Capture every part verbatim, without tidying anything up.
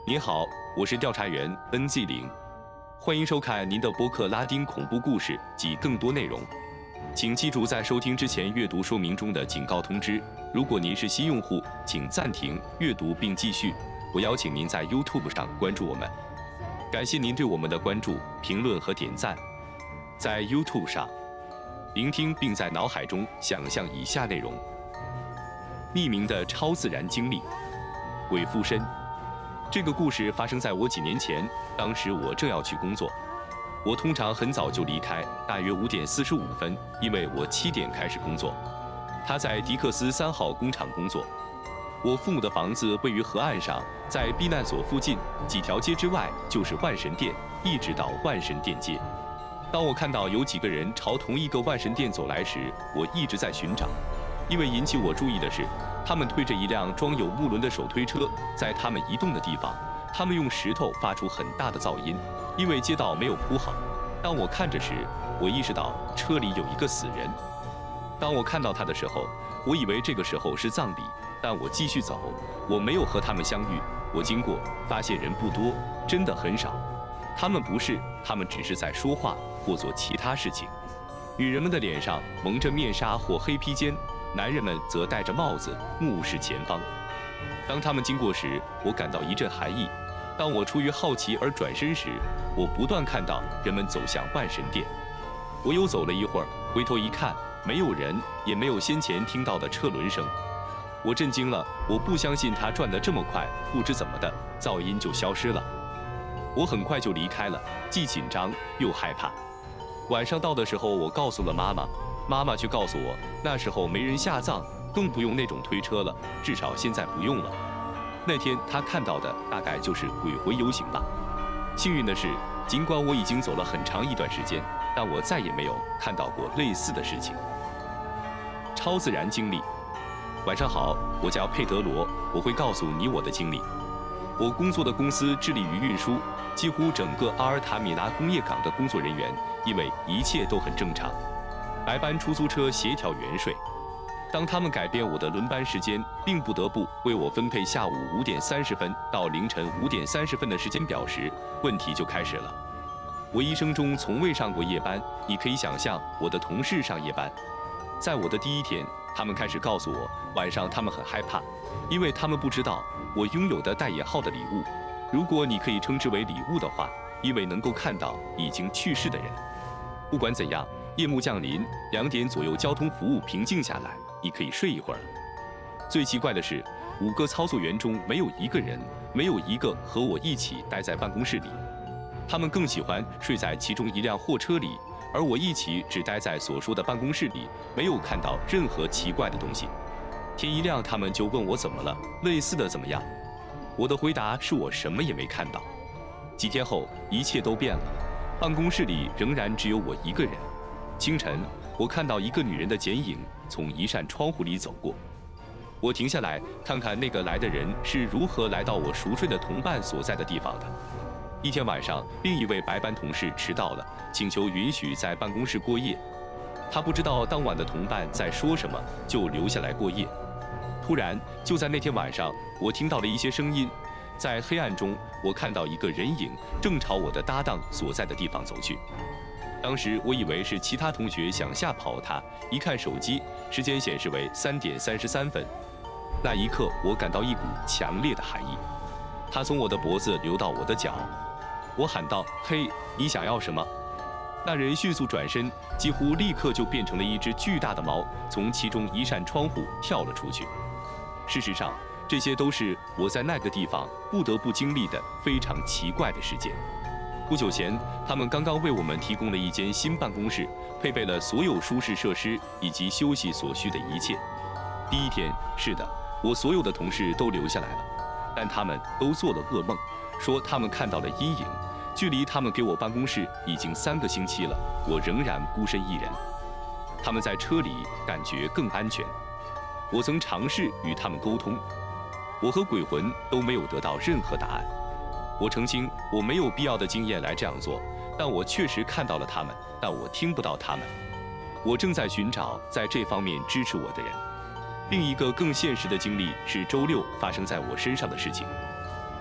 您好，我是调查员 N Z 零，欢迎收看您的播客拉丁恐怖故事及更多内容。请记住在收听之前阅读说明中的警告通知。如果您是新用户，请暂停阅读并继续。我邀请您在 YouTube 上关注我们，感谢您对我们的关注、评论和点赞。在 YouTube 上，聆听并在脑海中想象以下内容：匿名的超自然经历，鬼附身。这个故事发生在我几年前，当时我正要去工作。我通常很早就离开，大约五点四十五分，因为我七点开始工作。他在迪克斯三号工厂工作。我父母的房子位于河岸上，在避难所附近，几条街之外就是万神殿，一直到万神殿街。当我看到有几个人朝同一个万神殿走来时，我一直在寻找，因为引起我注意的是，他们推着一辆装有木轮的手推车，在他们移动的地方，他们用石头发出很大的噪音，因为街道没有铺好。当我看着时，我意识到车里有一个死人。当我看到他的时候，我以为这个时候是葬礼，但我继续走，我没有和他们相遇。我经过，发现人不多，真的很少。他们不是，他们只是在说话或做其他事情。女人们的脸上蒙着面纱或黑披肩，男人们则戴着帽子，目视前方。当他们经过时，我感到一阵寒意。当我出于好奇而转身时，我不断看到人们走向万神殿。我又走了一会儿，回头一看，没有人，也没有先前听到的车轮声。我震惊了，我不相信它转得这么快，不知怎么的，噪音就消失了。我很快就离开了，既紧张又害怕。晚上到的时候，我告诉了妈妈。妈妈却告诉我，那时候没人下葬，更不用那种推车了，至少现在不用了。那天她看到的大概就是鬼魂游行吧。幸运的是，尽管我已经走了很长一段时间，但我再也没有看到过类似的事情。超自然经历。晚上好，我叫佩德罗，我会告诉你我的经历。我工作的公司致力于运输几乎整个阿尔塔米拉工业港的工作人员，因为一切都很正常。白班出租车协调员睡。当他们改变我的轮班时间，并不得不为我分配下午五点三十分到凌晨五点三十分的时间表时，问题就开始了。我一生中从未上过夜班，你可以想象我的同事上夜班。在我的第一天，他们开始告诉我，晚上他们很害怕，因为他们不知道我拥有的带引号的礼物，如果你可以称之为礼物的话，因为能够看到已经去世的人。不管怎样，夜幕降临，两点左右交通服务平静下来，你可以睡一会儿了。最奇怪的是，五个操作员中没有一个人，没有一个和我一起待在办公室里。他们更喜欢睡在其中一辆货车里，而我一起只待在所说的办公室里，没有看到任何奇怪的东西。天一亮，他们就问我怎么了，类似的怎么样？我的回答是我什么也没看到。几天后，一切都变了，办公室里仍然只有我一个人。清晨，我看到一个女人的剪影从一扇窗户里走过。我停下来看看那个来的人是如何来到我熟睡的同伴所在的地方的。一天晚上，另一位白班同事迟到了，请求允许在办公室过夜。他不知道当晚的同伴在说什么，就留下来过夜。突然，就在那天晚上，我听到了一些声音。在黑暗中，我看到一个人影正朝我的搭档所在的地方走去。当时我以为是其他同学想吓跑他，一看手机，时间显示为三点三十三分。那一刻，我感到一股强烈的寒意，它从我的脖子流到我的脚。我喊道：“嘿，你想要什么？”那人迅速转身，几乎立刻就变成了一只巨大的猫，从其中一扇窗户跳了出去。事实上，这些都是我在那个地方不得不经历的非常奇怪的事件。不久前，他们刚刚为我们提供了一间新办公室，配备了所有舒适设施以及休息所需的一切。第一天，是的，我所有的同事都留下来了，但他们都做了噩梦，说他们看到了阴影。距离他们给我办公室已经三个星期了，我仍然孤身一人。他们在车里感觉更安全。我曾尝试与他们沟通，我和鬼魂都没有得到任何答案。我澄清，我没有必要的经验来这样做，但我确实看到了他们，但我听不到他们。我正在寻找在这方面支持我的人。另一个更现实的经历是周六发生在我身上的事情。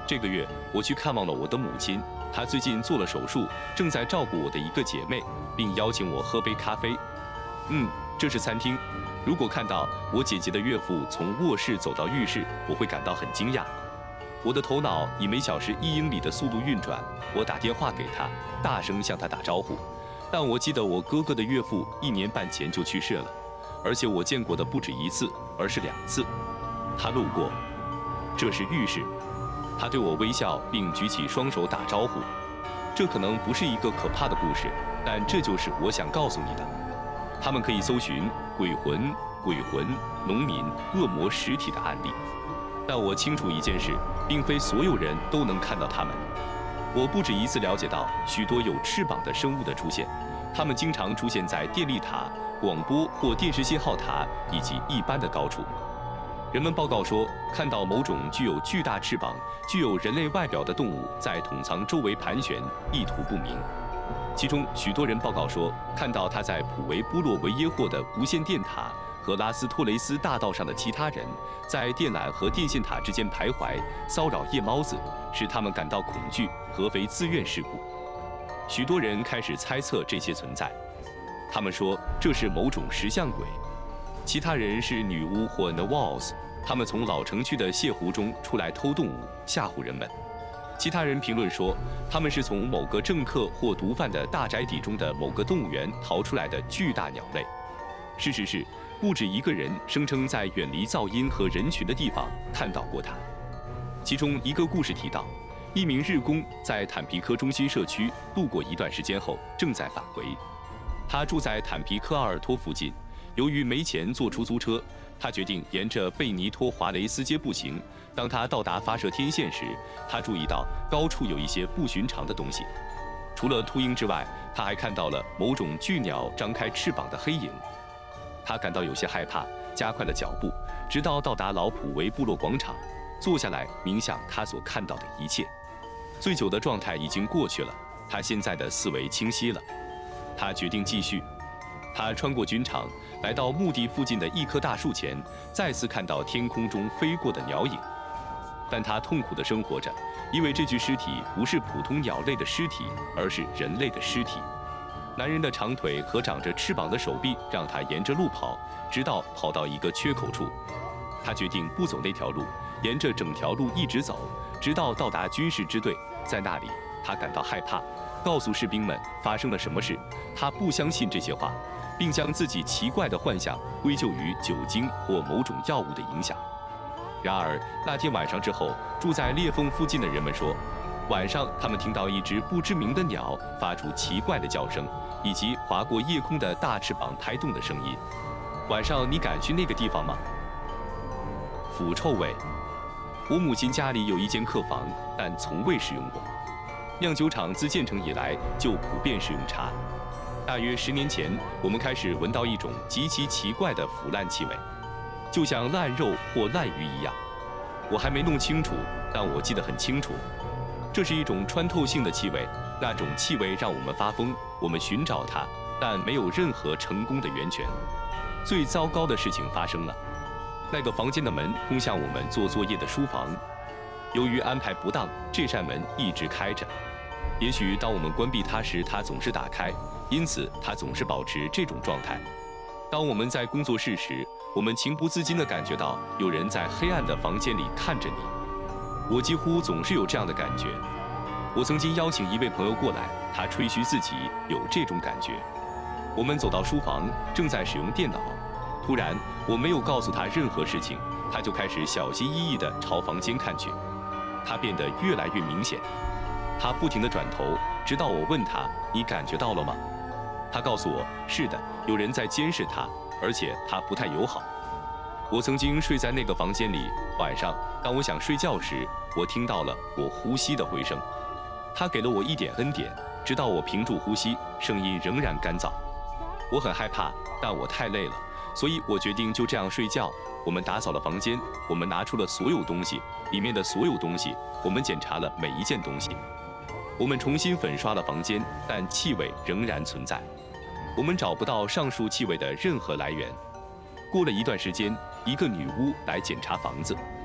这个月我去看望了我的母亲，她最近做了手术，正在照顾我的一个姐妹，并邀请我喝杯咖啡。嗯，这是餐厅。如果看到我姐姐的岳父从卧室走到浴室，我会感到很惊讶。我的头脑以每小时一英里的速度运转，我打电话给他，大声向他打招呼。但我记得我哥哥的岳父一年半前就去世了，而且我见过的不止一次，而是两次。他路过，这是浴室。他对我微笑并举起双手打招呼。这可能不是一个可怕的故事，但这就是我想告诉你的。他们可以搜寻鬼魂、鬼魂、农民、恶魔实体的案例。但我清楚一件事，并非所有人都能看到它们。我不止一次了解到许多有翅膀的生物的出现，它们经常出现在电力塔、广播或电视信号塔以及一般的高处。人们报告说，看到某种具有巨大翅膀、具有人类外表的动物在桶仓周围盘旋，意图不明。其中许多人报告说，看到它在普维部落维耶霍的无线电塔和拉斯托雷斯大道上的其他人在电缆和电线塔之间徘徊，骚扰夜猫子，使他们感到恐惧和非自愿事故。许多人开始猜测这些存在，他们说这是某种石像鬼。其他人是女巫或 Nawals， 他们从老城区的泻湖中出来偷动物，吓唬人们。其他人评论说，他们是从某个政客或毒贩的大宅邸中的某个动物园逃出来的巨大鸟类。事实是，不止一个人声称在远离噪音和人群的地方看到过它。其中一个故事提到，一名日工在坦皮科中心社区度过一段时间后，正在返回。他住在坦皮科阿尔托附近，由于没钱坐出租车，他决定沿着贝尼托华雷斯街步行。当他到达发射天线时，他注意到高处有一些不寻常的东西。除了秃鹰之外，他还看到了某种巨鸟张开翅膀的黑影。他感到有些害怕，加快了脚步，直到到达老普维部落广场，坐下来冥想他所看到的一切。醉酒的状态已经过去了，他现在的思维清晰了。他决定继续。他穿过军场，来到墓地附近的一棵大树前，再次看到天空中飞过的鸟影。但他痛苦地生活着，因为这具尸体不是普通鸟类的尸体，而是人类的尸体。男人的长腿和长着翅膀的手臂让他沿着路跑，直到跑到一个缺口处。他决定不走那条路，沿着整条路一直走，直到到达军事支队。在那里，他感到害怕，告诉士兵们发生了什么事。他不相信这些话，并将自己奇怪的幻想归咎于酒精或某种药物的影响。然而那天晚上之后，住在裂缝附近的人们说，晚上他们听到一只不知名的鸟发出奇怪的叫声，以及划过夜空的大翅膀拍动的声音。晚上你敢去那个地方吗？腐臭味。我母亲家里有一间客房，但从未使用过。酿酒厂自建成以来就普遍使用茶。大约十年前，我们开始闻到一种极其奇怪的腐烂气味，就像烂肉或烂鱼一样。我还没弄清楚，但我记得很清楚，这是一种穿透性的气味。那种气味让我们发疯，我们寻找它，但没有任何成功的源泉。最糟糕的事情发生了，那个房间的门通向我们做作业的书房。由于安排不当，这扇门一直开着。也许当我们关闭它时，它总是打开，因此它总是保持这种状态。当我们在工作室时，我们情不自禁地感觉到有人在黑暗的房间里看着你。我几乎总是有这样的感觉。我曾经邀请一位朋友过来，他吹嘘自己有这种感觉。我们走到书房，正在使用电脑。突然，我没有告诉他任何事情，他就开始小心翼翼地朝房间看去。他变得越来越明显。他不停地转头，直到我问他：“你感觉到了吗？”他告诉我：“是的，有人在监视他，而且他不太友好。”我曾经睡在那个房间里，晚上当我想睡觉时，我听到了我呼吸的回声。他给了我一点恩典，直到我屏住呼吸，声音仍然干燥。我很害怕，但我太累了，所以我决定就这样睡觉。我们打扫了房间，我们拿出了所有东西，里面的所有东西，我们检查了每一件东西。我们重新粉刷了房间，但气味仍然存在。我们找不到上述气味的任何来源。过了一段时间，一个女巫来检查房子。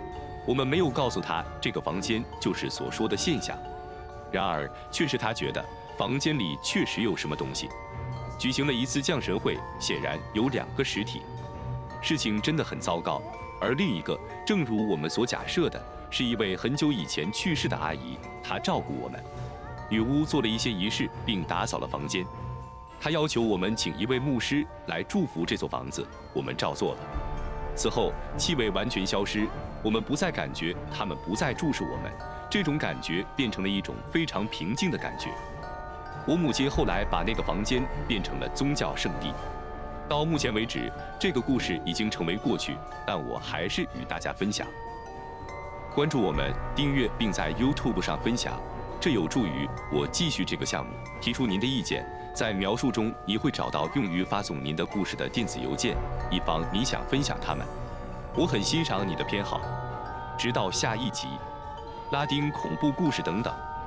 我们没有告诉他这个房间就是所说的现象，然而却是他觉得房间里确实有什么东西。举行了一次降神会，显然有两个实体，事情真的很糟糕。而另一个，正如我们所假设的，是一位很久以前去世的阿姨，她照顾我们。女巫做了一些仪式，并打扫了房间。她要求我们请一位牧师来祝福这座房子，我们照做了。此后，气味完全消失，我们不再感觉他们不再注视我们，这种感觉变成了一种非常平静的感觉。我母亲后来把那个房间变成了宗教圣地。到目前为止，这个故事已经成为过去，但我还是与大家分享。关注我们，订阅并在 YouTube 上分享，这有助于我继续这个项目。提出您的意见，在描述中你会找到用于发送您的故事的电子邮件，以防你想分享它们。我很欣赏你的偏好。直到下一集，拉丁恐怖故事等等。